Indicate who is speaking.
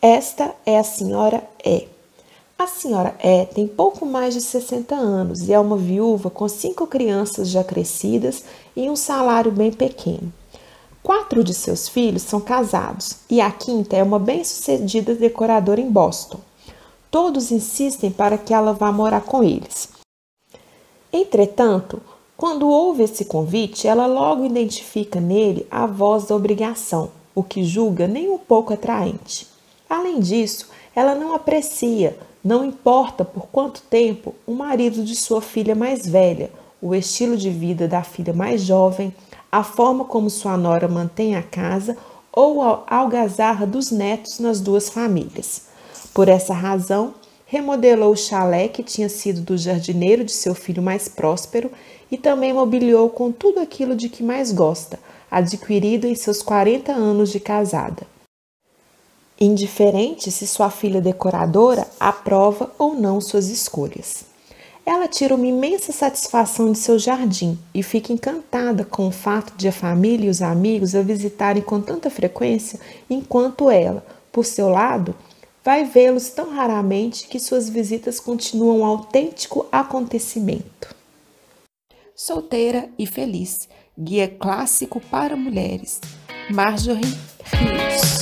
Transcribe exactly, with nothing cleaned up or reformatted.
Speaker 1: Esta é a senhora E. A senhora E tem pouco mais de sessenta anos e é uma viúva com cinco crianças já crescidas e um salário bem pequeno. Quatro de seus filhos são casados e a quinta é uma bem-sucedida decoradora em Boston. Todos insistem para que ela vá morar com eles. Entretanto, quando ouve esse convite, ela logo identifica nele a voz da obrigação, o que julga nem um pouco atraente. Além disso, ela não aprecia, não importa por quanto tempo, o marido de sua filha mais velha, o estilo de vida da filha mais jovem, a forma como sua nora mantém a casa ou a algazarra dos netos nas duas famílias. Por essa razão, remodelou o chalé que tinha sido do jardineiro de seu filho mais próspero e também mobiliou com tudo aquilo de que mais gosta, adquirido em seus quarenta anos de casada. Indiferente se sua filha decoradora aprova ou não suas escolhas. Ela tira uma imensa satisfação de seu jardim e fica encantada com o fato de a família e os amigos a visitarem com tanta frequência, enquanto ela, por seu lado, vai vê-los tão raramente que suas visitas continuam um autêntico acontecimento. Solteira e Feliz, guia clássico para mulheres. Marjorie Rios.